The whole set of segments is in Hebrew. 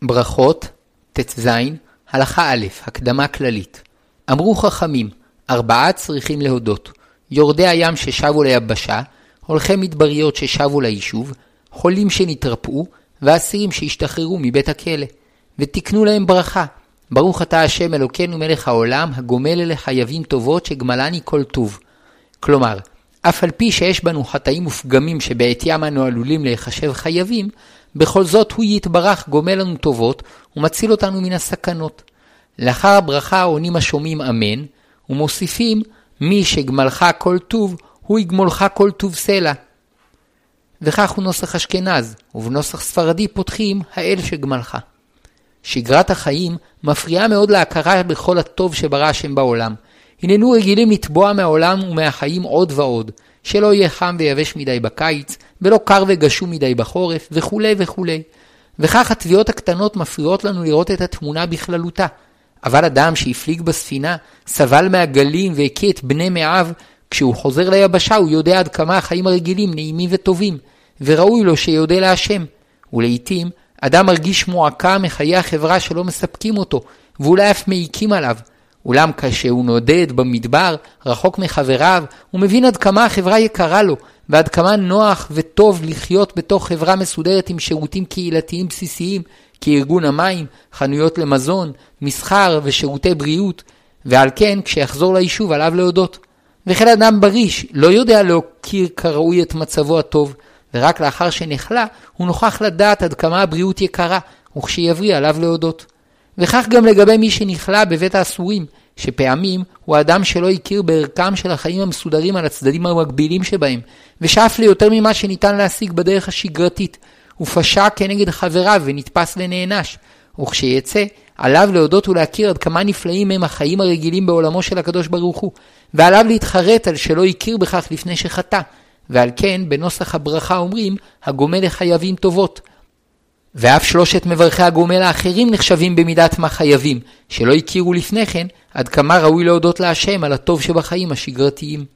ברכות, ט"ז, הלכה א', הקדמה כללית. אמרו חכמים, 4 צריכים להודות, יורדי הים ששבו ליבשה, הולכי מדבריות ששבו ליישוב, חולים שנתרפאו, ואסירים שהשתחררו מבית הכלא. ותקנו להם ברכה, ברוך אתה השם אלוקינו מלך העולם, הגומל אלה חייבים טובות שגמלני כל טוב. כלומר, אף על פי שיש בנו חטאים ופגמים שבעתיים אנו עלולים להיחשב חייבים, בכל זאת הוא יתברך גומל לנו טובות ומציל אותנו מן הסכנות. לאחר הברכה עונים השומעים אמן, ומוסיפים מי שגמלך כל טוב, הוא יגמולך כל טוב סלע. וכך הוא נוסח אשכנז, ובנוסח ספרדי פותחים האל שגמלך. שגרת החיים מפריעה מאוד להכרה בכל הטוב שברא השם בעולם. הננו רגילים לטבוע מהעולם ומהחיים עוד ועוד, שלא יהיה חם ויבש מדי בקיץ, ולא קר וגשום מדי בחורף, וכו' וכו'. וכך התביעות הקטנות מפריעות לנו לראות את התמונה בכללותה. אבל אדם שהפליג בספינה, סבל מהגלים והקיא את בני מאב, כשהוא חוזר ליבשה הוא יודע עד כמה החיים הרגילים נעימים וטובים, וראוי לו שיודה להשם. ולעיתים אדם מרגיש מועקה מחיי החברה שלא מספקים אותו, ואולי אף מעיקים עליו. אולם כשהוא נודד במדבר, רחוק מחבריו, הוא מבין עד כמה החברה יקרה לו, ועד כמה נוח וטוב לחיות בתוך חברה מסודרת עם שירותים קהילתיים בסיסיים, כארגון המים, חנויות למזון, מסחר ושירותי בריאות, ועל כן כשיחזור ליישוב עליו להודות. וכן אדם בריש לא יודע להכיר כראוי את מצבו הטוב, ורק לאחר שנחלה הוא נוכח לדעת עד כמה הבריאות יקרה, וכשיבריא עליו להודות. וכך גם לגבי מי שנכלה בבית האסורים, שפעמים הוא האדם שלא הכיר בערכם של החיים המסודרים על הצדדים המקבילים שבהם, ושאף ליותר ממה שניתן להשיג בדרך השגרתית, הוא פשע כנגד חבריו ונתפס ונענש, וכשיצא עליו להודות ולהכיר עד כמה נפלאים הם החיים הרגילים בעולמו של הקדוש ברוך הוא, ועליו להתחרט על שלא הכיר בכך לפני שחטא, ועל כן בנוסח הברכה אומרים הגומל לחייבים טובות. ואף 3 מברכי הגומל האחרים נחשבים במידת מה חייבים, שלא הכירו לפני כן עד כמה ראוי להודות להשם על הטוב שבחיים השגרתיים.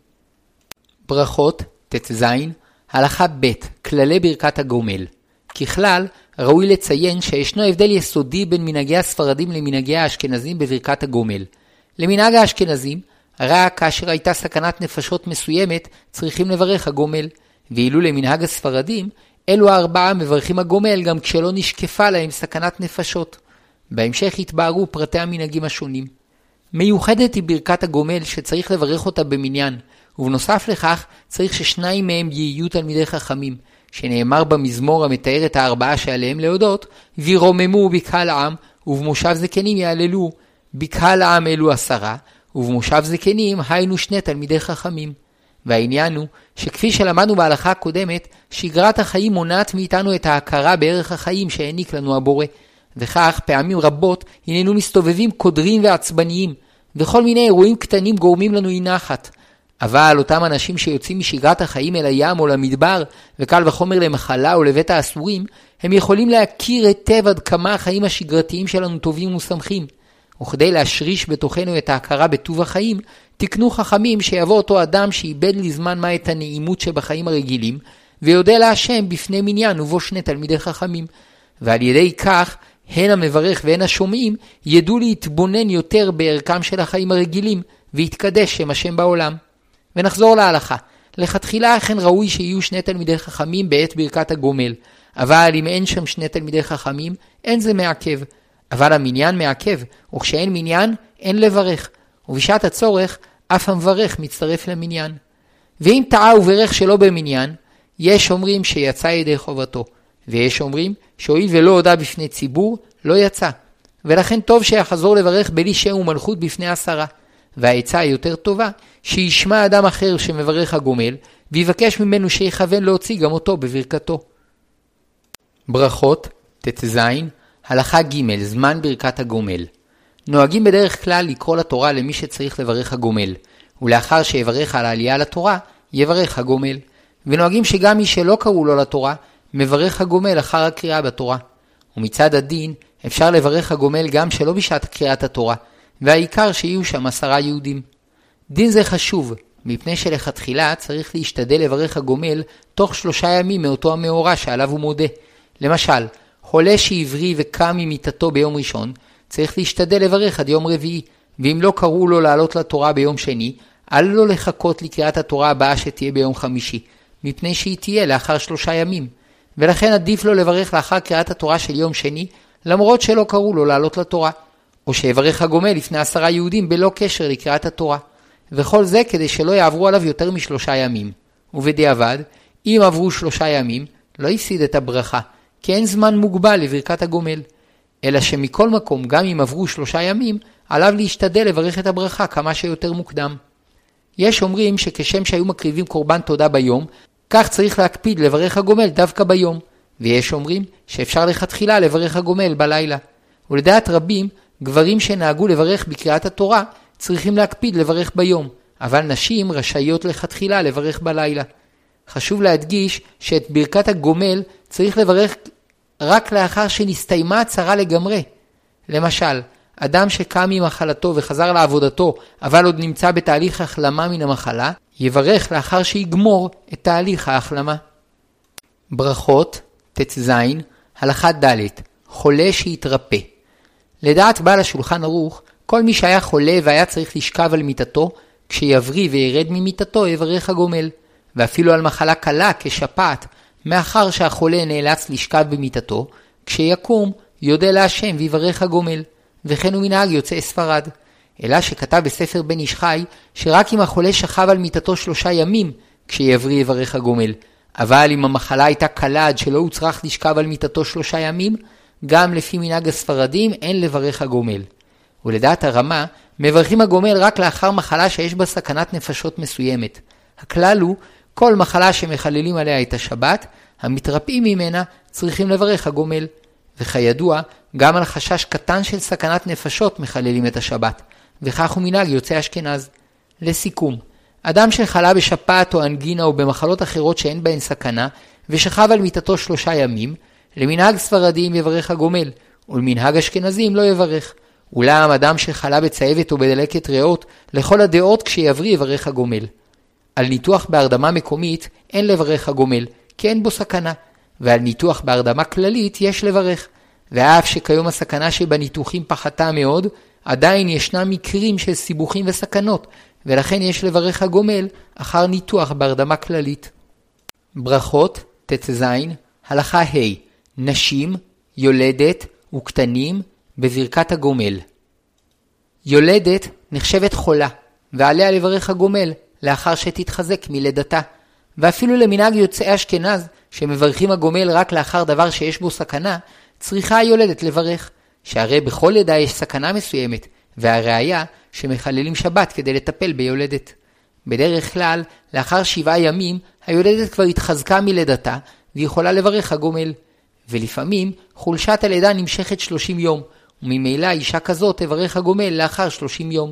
ברכות, ט"ז, הלכה ב', כללי ברכת הגומל. ככלל, ראוי לציין שישנו הבדל יסודי בין מנהגי הספרדים למנהגי האשכנזים בברכת הגומל. למנהג האשכנזים, רק כאשר הייתה סכנת נפשות מסוימת צריכים לברך הגומל, ואילו למנהג הספרדים, אלו 4 מברכים הגומל גם כשלא נשקפה להם סכנת נפשות. בהמשך יתבהרו פרטי המנהגים השונים. מיוחדת היא ברכת הגומל שצריך לברך אותה במניין, ובנוסף לכך צריך ש2 מהם יהיו תלמידי חכמים, שנאמר במזמור המתאר את 4 שעליהם להודות, וירוממו בקהל העם, ובמושב זקנים יעללו, בקהל העם אלו 10, ובמושב זקנים היינו 2 תלמידי חכמים. והעניין הוא שכפי שלמדנו בהלכה הקודמת, שגרת החיים מונעת מאיתנו את ההכרה בערך החיים שהעניק לנו הבורא, וכך פעמים רבות הננו מסתובבים קודרים ועצבניים, וכל מיני אירועים קטנים גורמים לנו אי-נחת. אבל אותם אנשים שיוצאים משגרת החיים אל הים או למדבר, וקל וחומר למחלה או לבית האסורים, הם יכולים להכיר היטב עד כמה החיים השגרתיים שלנו טובים ושמחים. וכדי להשריש בתוכנו את ההכרה בטוב החיים, תקנו חכמים שיבוא אותו אדם שאיבד לזמן מה את הנעימות שבחיים הרגילים, ויודע להשם בפני מניין ובו 2 תלמידי חכמים. ועל ידי כך, הן המברך והן השומעים ידעו להתבונן יותר בערכם של החיים הרגילים, והתקדש שם השם בעולם. ונחזור להלכה. לכתחילה אכן ראוי שיהיו 2 תלמידי חכמים בעת ברכת הגומל, אבל אם אין שם 2 תלמידי חכמים, אין זה מעכב. אבל המניין מעכב, וכשאין מניין, אין לברך. ובשעת הצורך, אף המברך מצטרף למניין. ואם טעה וברך שלא במניין, יש אומרים שיצא ידי חובתו, ויש אומרים שהואיל ולא הודע בפני ציבור, לא יצא. ולכן טוב שיחזור לברך בלי שם ומלכות בפני 10. והעצה היותר טובה, שישמע אדם אחר שמברך הגומל, ויבקש ממנו שיכוון להוציא גם אותו בברכתו. ברכות, ט"ז, הלכה ג', זמן ברכת הגומל. נוהגים בדרך כלל לקרוא לתורה למי שצריך לברך הגומל, ולאחר שיברך על העלייה לתורה, יברך הגומל. ונוהגים שגם מי שלא קראו לו לתורה, מברך הגומל אחר הקריאה בתורה. ומצד הדין, אפשר לברך הגומל גם שלא בשעת קריאת התורה, והעיקר שיהיו שם 10 יהודים. דין זה חשוב, מפני שלכתחילה צריך להשתדל לברך הגומל תוך 3 ימים מאותו המאורע שעליו הוא מודה. למשל, חולה שעברי וקם ממיטתו ביום ראשון, צריך להשתדל לברך עד יום רביעי, ואם לא קראו לו לעלות לתורה ביום שני, אל לו לחכות לקריאת התורה הבאה שתהיה ביום חמישי, מפני שהיא תהיה לאחר 3 ימים. ולכן עדיף לו לברך לאחר קריאת התורה של יום שני, למרות שלא קראו לו לעלות לתורה, או שיברך הגומל לפני 10 יהודים בלא קשר לקריאת התורה. וכל זה כדי שלא יעברו עליו יותר מ3 ימים. ובדיעבד, אם עברו 3 ימים, לא יפסיד את הברכה, כי אין זמן מוגבל לברכת הגומל. אלא שמכל מקום, גם אם עברו 3 ימים, עליו להשתדל לברך את הברכה כמה שיותר מוקדם. יש אומרים שכשם שהיו מקריבים קורבן תודה ביום, כך צריך להקפיד לברך הגומל דווקא ביום. ויש אומרים שאפשר לכתחילה לברך הגומל בלילה. ולדעת רבים, גברים שנהגו לברך בקריאת התורה, צריכים להקפיד לברך ביום, אבל נשים רשאיות לכתחילה לברך בלילה. חשוב להדגיש שאת ברכת הגומל צריך לברך רק לאחר שנסתיימה הצרה לגמרי. למשל, אדם שקם ממחלתו וחזר לעבודתו, אבל עוד נמצא בתהליך החלמה מן המחלה, יברך לאחר שיגמור את תהליך ההחלמה. ברכות, ט"ז, הלכה ד', חולה שהתרפא. לדעת בעל השולחן ערוך, כל מי שהיה חולה והיה צריך לשכב על מיטתו, כשיבריא וירד ממיטתו יברך הגומל, ואפילו על מחלה קלה כשפעת, מאחר שהחולה נאלץ לשכב במיטתו, כשיקום יודה להשם ויברך הגומל, וכן הוא מנהג יוצאי ספרד. אלא שכתב בספר בן איש חי, שרק אם החולה שכב על מיטתו 3 ימים, כשיבריא יברך הגומל, אבל אם המחלה הייתה קלה עד שלא הוא צריך לשכב על מיטתו 3 ימים, גם לפי מנהג הספרדים אין לברך הגומל. ולדעת הרמה, מברכים הגומל רק לאחר מחלה שיש בה סכנת נפשות מסוימת. הכלל הוא, כל מחלה שמחללים עליה את השבת, המתרפאים ממנה צריכים לברך הגומל. וכידוע, גם על חשש קטן של סכנת נפשות מחללים את השבת, וכך הוא מנהג יוצאי אשכנז. לסיכום, אדם שחלה בשפעת או אנגינה או במחלות אחרות שאין בהן סכנה, ושכב על מיטתו 3 ימים, למנהג ספרדים יברך הגומל, ולמנהג אשכנזים לא יברך. אולם אדם שחלה בצהבת או בדלקת ריאות, לכל הדעות כשיבריא יברך הגומל. על ניתוח בהרדמה מקומית אין לברך הגומל, כי אין בו סכנה, ועל ניתוח בהרדמה כללית יש לברך. ואף שכיום הסכנה שבניתוחים פחתה מאוד, עדיין ישנם מקרים של סיבוכים וסכנות, ולכן יש לברך הגומל אחר ניתוח בהרדמה כללית. ברכות, ט"ז, הלכה ה', נשים, יולדת וקטנים בברכת הגומל. יולדת נחשבת חולה, ועליה לברך הגומל לאחר שתתחזק מלידתה. ואפילו למנהג יוצאי אשכנז, שמברכים הגומל רק לאחר דבר שיש בו סכנה, צריכה היולדת לברך, שהרי בכל לידה יש סכנה מסוימת, והראיה שמחללים שבת כדי לטפל ביולדת. בדרך כלל, לאחר 7 ימים, היולדת כבר התחזקה מלידתה, והיא יכולה לברך הגומל. ולפעמים, חולשת הלידה נמשכת 30 יום, וממילא אישה כזאת תברך הגומל לאחר 30 יום.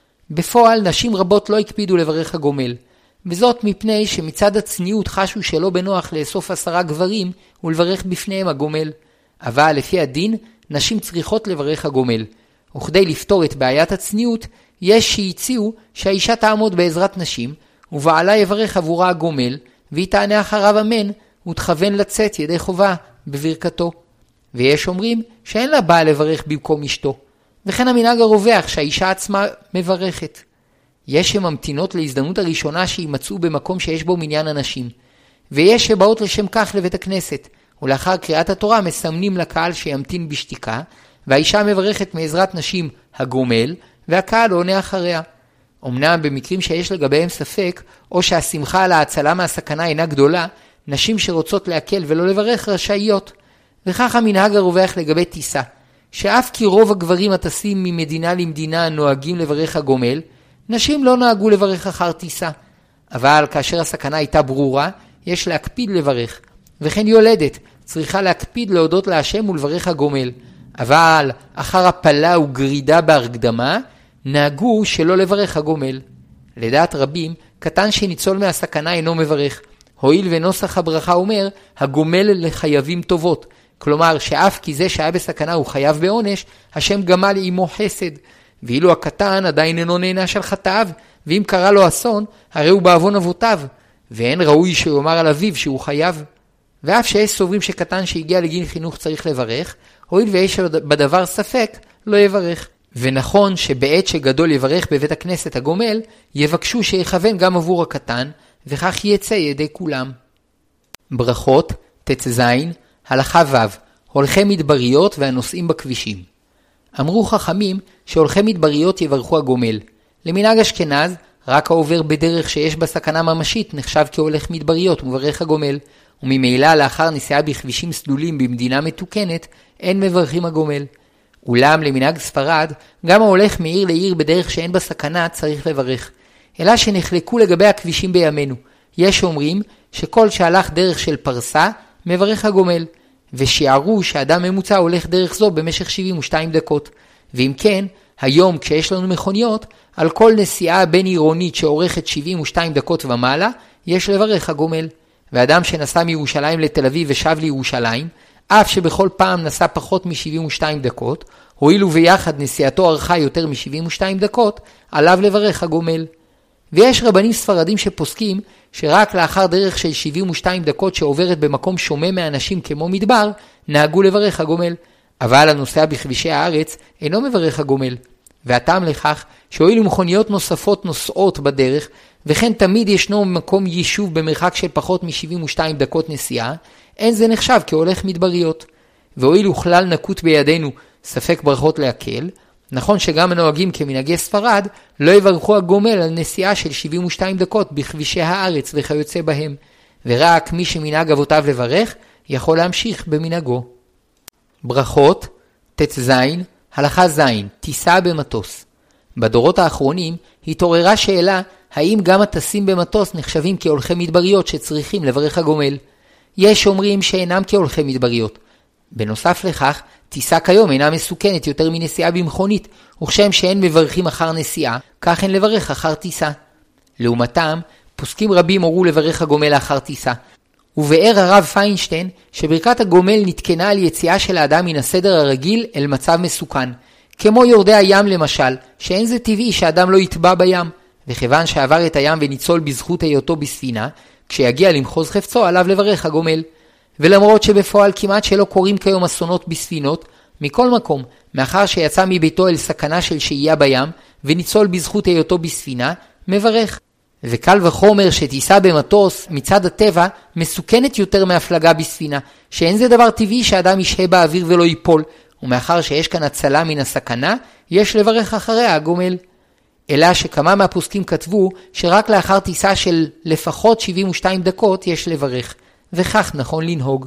בפועל, נשים רבות לא הקפידו לברך הגומל, וזאת מפני שמצד הצניעות חשו שלא בנוח לאסוף 10 גברים ולברך בפניהם הגומל. אבל לפי הדין, נשים צריכות לברך הגומל. וכדי לפתור את בעיית הצניעות, יש שהציעו שהאישה תעמוד בעזרת נשים, ובעלה יברך עבורה הגומל, והיא תענה אחריו אמן, ותכוון לצאת ידי חובה בברכתו. ויש אומרים שאין לה בעל לברך במקום אשתו, וכן המנהג הרווח שהאישה עצמה מברכת. יש שממתינות להזדמנות הראשונה שימצאו במקום שיש בו מניין אנשים, ויש שבאות לשם כך לבית הכנסת, ולאחר קריאת התורה מסמנים לקהל שימתין בשתיקה, והאישה מברכת מעזרת נשים הגומל, והקהל עונה אחריה. אמנם במקרים שיש לגביהם ספק, או שהשמחה על ההצלה מהסכנה אינה גדולה, נשים שרוצות להקל ולא לברך רשאיות. וכך המנהג הרווח לגבי טיסה, שאף כי רוב הגברים הטסים ממדינה למדינה נוהגים לברך הגומל, נשים לא נהגו לברך אחר טיסה. אבל כאשר הסכנה הייתה ברורה, יש להקפיד לברך. וכן יולדת צריכה להקפיד להודות להשם ולברך הגומל. אבל אחר הפלה וגרידה בהקדמה, נהגו שלא לברך הגומל. לדעת רבים, קטן שניצול מהסכנה אינו מברך. הואיל ונוסח הברכה אומר, הגומל לחייבים טובות. כלומר, שאף כי זה שהיה בסכנה הוא חייב בעונש, השם גמל עמו חסד. ואילו הקטן עדיין אינו נענש על חטאיו, ואם קרה לו אסון, הרי הוא בעוון אבותיו. ואין ראוי שיאמר על אביו שהוא חייב. ואף שיש סוברים שקטן שהגיע לגיל חינוך צריך לברך, הואיל ויש בדבר ספק, לא יברך. ונכון שבעת שגדול יברך בבית הכנסת הגומל, יבקשו שיכוון גם עבור הקטן, וכך יצא ידי כולם. ברכות, ט"ז, הלכה ו', הולכי מדבריות והנוסעים בכבישים. אמרו חכמים שהולכי מדבריות יברכו הגומל. למנהג אשכנז, רק העובר בדרך שיש בה סכנה ממשית נחשב כהולך מדבריות ומברך הגומל, וממילא לאחר נסיעה בכבישים סלולים במדינה מתוקנת, אין מברכים הגומל. אולם למנהג ספרד, גם ההולך מעיר לעיר בדרך שאין בה סכנה צריך לברך. אלא שנחלקו לגבי הכבישים בימינו. יש אומרים שכל שהלך דרך של פרסה, מברך הגומל, ושיערו שאדם ממוצע הולך דרך זו במשך 72 דקות. ואם כן, היום כשיש לנו מכוניות, על כל נסיעה בין עירונית שעורכת 72 דקות ומעלה, יש לברך הגומל. ואדם שנסע מירושלים לתל אביב ושב לירושלים, אף שבכל פעם נסע פחות מ-72 דקות, הואילו ביחד נסיעתו ארכה יותר מ-72 דקות, עליו לברך הגומל. ויש רבנים ספרדים שפוסקים שרק לאחר דרך של 72 דקות שעוברת במקום שומם מאנשים כמו מדבר, נהגו לברך הגומל. אבל הנוסע בכבישי הארץ אינו מברך הגומל. והטעם לכך שהואילו מכוניות נוספות נוסעות בדרך, וכן תמיד ישנו מקום יישוב במרחק של פחות מ-72 דקות נסיעה, אין זה נחשב כהולך מדבריות. והואילו כלל נקוט בידינו ספק ברכות להקל, נכון שגם הנוהגים כמנהגי ספרד לא יברכו הגומל על נסיעה של 72 דקות בכבישי הארץ וכיוצא בהם, ורק מי שמנהג אבותיו לברך יכול להמשיך במנהגו. ברכות, ט"ז, הלכה ז', טיסה במטוס. בדורות האחרונים התעוררה שאלה האם גם הטסים במטוס נחשבים כהולכי מדבריות שצריכים לברך הגומל. יש אומרים שאינם כהולכי מדבריות. בנוסף לכך, טיסה כיום אינה מסוכנת יותר מנסיעה במכונית, וכשם שאין מברכים אחר נסיעה, כך אין לברך אחר טיסה. לעומתם, פוסקים רבים הורו לברך הגומל לאחר טיסה. ובאר הרב פיינשטיין שברכת הגומל נתקנה על יציאה של האדם מן הסדר הרגיל אל מצב מסוכן. כמו יורדי הים למשל, שאין זה טבעי שאדם לא יטבע בים, וכיוון שעבר את הים וניצול בזכות היותו בספינה, כשיגיע למחוז חפצו עליו לברך הגומל. ולמרות שבפועל כמעט שלא קורים כיום אסונות בספינות, מכל מקום, מאחר שיצא מביתו אל סכנה של שהייה בים, וניצול בזכות היותו בספינה, מברך. וקל וחומר שטיסה במטוס מצד הטבע מסוכנת יותר מהפלגה בספינה, שאין זה דבר טבעי שאדם ישהה באוויר ולא ייפול, ומאחר שיש כאן הצלה מן הסכנה, יש לברך אחריה הגומל. אלא שכמה מהפוסקים כתבו שרק לאחר טיסה של לפחות 72 דקות יש לברך, וכך נכון לנהוג.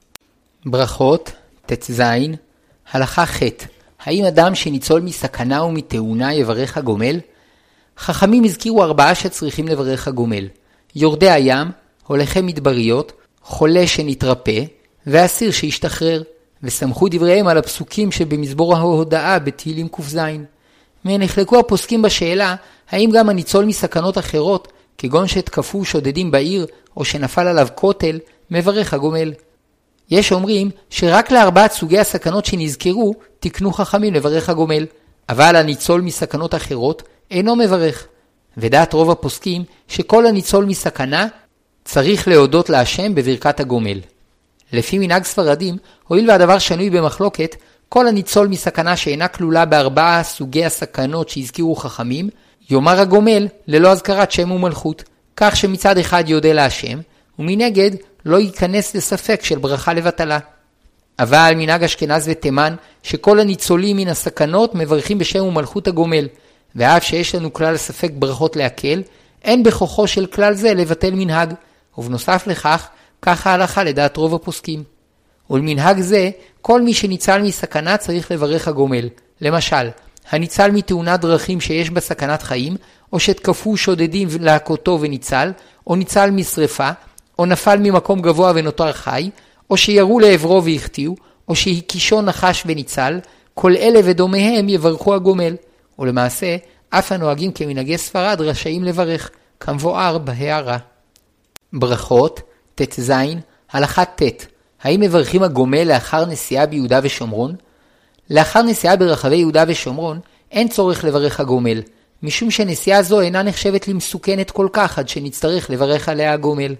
ברכות, ט"ז, הלכה ח', האם אדם שניצול מסכנה ומתאונה יברך הגומל? חכמים הזכירו 4 שצריכים לברך הגומל: יורדי הים, הולכי מדבריות, חולה שנתרפא, ואסיר שהשתחרר, וסמכו דבריהם על הפסוקים שבמזמור ההודעה בתהילים ק"ז. ונחלקו הפוסקים בשאלה האם גם הניצול מסכנות אחרות, כגון שתקפו שודדים בעיר או שנפל עליו כותל, מברך הגומל. יש אומרים שרק ל4 סוגי הסכנות שנזכרו תקנו חכמים לברך הגומל, אבל הניצול מסכנות אחרות אינו מברך. ודעת רוב הפוסקים שכל הניצול מסכנה צריך להודות להשם בברכת הגומל. לפי מנהג ספרדים, הואיל והדבר שנוי במחלוקת, כל הניצול מסכנה שאינה כלולה ב4 סוגי הסכנות שהזכירו חכמים, יאמר הגומל ללא הזכרת שם ומלכות, כך שמצד אחד יודה להשם, ומנגד לא ייכנס לספק של ברכה לבטלה. אבל מנהג אשכנז ותימן שכל הניצולים מן הסכנות מברכים בשם ומלכות הגומל, ואף שיש לנו כלל ספק ברכות להקל, אין בכוחו של כלל זה לבטל מנהג, ובנוסף לכך, כך ההלכה לדעת רוב הפוסקים. ולמנהג זה, כל מי שניצל מסכנה צריך לברך הגומל. למשל, הניצל מתאונת דרכים שיש בה סכנת חיים, או שתקפו שודדים להכותו וניצל, או ניצל משרפה, או נפל ממקום גבוה ונותר חי, או שירו לעברו והחטיאו, או שהקישו נחש וניצל, כל אלה ודומיהם יברכו הגומל. ולמעשה, אף הנוהגים כמנהגי ספרד רשאים לברך, כמבואר בהערה. ברכות, ט"ז, הלכה ט', האם מברכים הגומל לאחר נסיעה ביהודה ושומרון? לאחר נסיעה ברחבי יהודה ושומרון, אין צורך לברך הגומל, משום שנסיעה זו אינה נחשבת למסוכנת כל כך עד שנצטרך לברך עליה הגומל.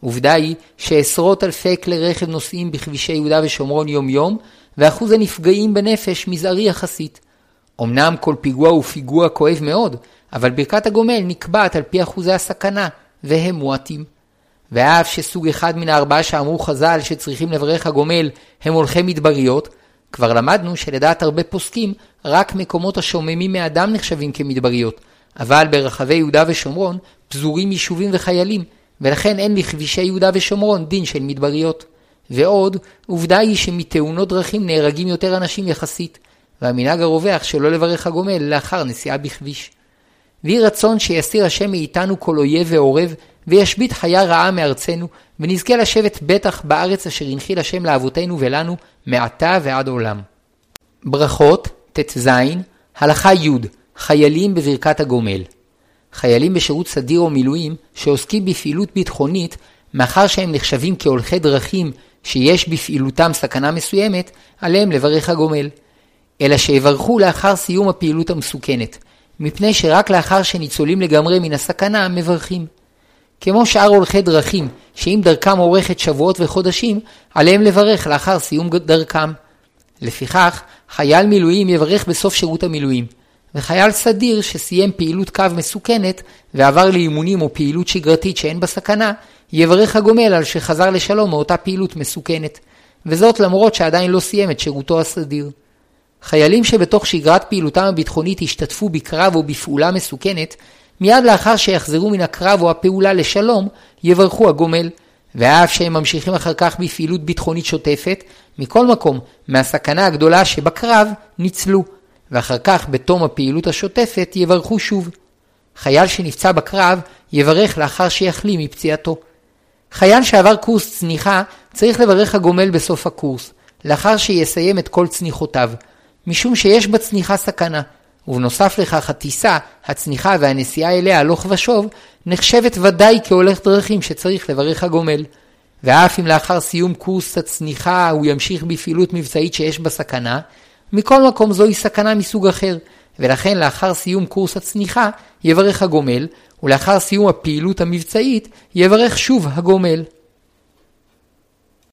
עובדה היא שעשרות אלפי כלי רכב נוסעים בכבישי יהודה ושומרון יום יום, ואחוז הנפגעים בנפש מזערי יחסית. אמנם כל פיגוע הוא פיגוע כואב מאוד, אבל ברכת הגומל נקבעת על פי אחוזי הסכנה, והם מועטים. ואף שסוג אחד מן הארבעה שאמרו חז"ל שצריכים לברך הגומל הם הולכי מדבריות, כבר למדנו שלדעת הרבה פוסקים רק מקומות השוממים מאדם נחשבים כמדבריות, אבל ברחבי יהודה ושומרון פזורים יישובים וחיילים, ולכן אין לכבישי יהודה ושומרון דין של מדבריות. ועוד, עובדה היא שמתאונות דרכים נהרגים יותר אנשים יחסית, והמנהג הרווח שלא לברך הגומל לאחר נסיעה בכביש. ויהי רצון שיסיר השם מאיתנו כל אויב ועורב, וישבית חיה רעה מארצנו, ונזכה לשבת בטח בארץ אשר הנחיל השם לאבותינו ולנו, מעתה ועד עולם. ברכות, ט"ז, הלכה י' חיילים בברכת הגומל. חיילים בשירות סדיר או מילואים שעוסקים בפעילות ביטחונית, מאחר שהם נחשבים כהולכי דרכים שיש בפעילותם סכנה מסוימת, עליהם לברך הגומל. אלא שיברכו לאחר סיום הפעילות המסוכנת, מפני שרק לאחר שניצולים לגמרי מן הסכנה מברכים. כמו שאר הולכי דרכים, שאם דרכם אורכת שבועות וחודשים, עליהם לברך לאחר סיום דרכם. לפיכך, חייל מילואים יברך בסוף שירות המילואים, וחייל סדיר שסיים פעילות קו מסוכנת ועבר לאימונים או פעילות שגרתית שאין בסכנה, יברך הגומל על שחזר לשלום מאותה פעילות מסוכנת, וזאת למרות שעדיין לא סיים את שירותו הסדיר. חיילים שבתוך שגרת פעילותם הביטחונית השתתפו בקרב או בפעולה מסוכנת, מיד לאחר שיחזרו מן הקרב או הפעולה לשלום, יברכו הגומל, ואף שהם ממשיכים אחר כך בפעילות ביטחונית שוטפת, מכל מקום, מהסכנה הגדולה שבקרב ניצלו, ואחר כך בתום הפעילות השוטפת יברכו שוב. חייל שנפצע בקרב יברך לאחר שיחלים מפציעתו. חייל שעבר קורס צניחה צריך לברך הגומל בסוף הקורס, לאחר שיסיים את כל צניחותיו, משום שיש בצניחה סכנה, ובנוסף לכך הטיסה, הצניחה והנסיעה אליה הלוך ושוב, נחשבת ודאי כהולך דרכים שצריך לברך הגומל. ואף אם לאחר סיום קורס הצניחה הוא ימשיך בפעילות מבצעית שיש בה סכנה, מכל מקום זוהי סכנה מסוג אחר, ולכן לאחר סיום קורס הצניחה יברך הגומל, ולאחר סיום הפעילות המבצעית יברך שוב הגומל.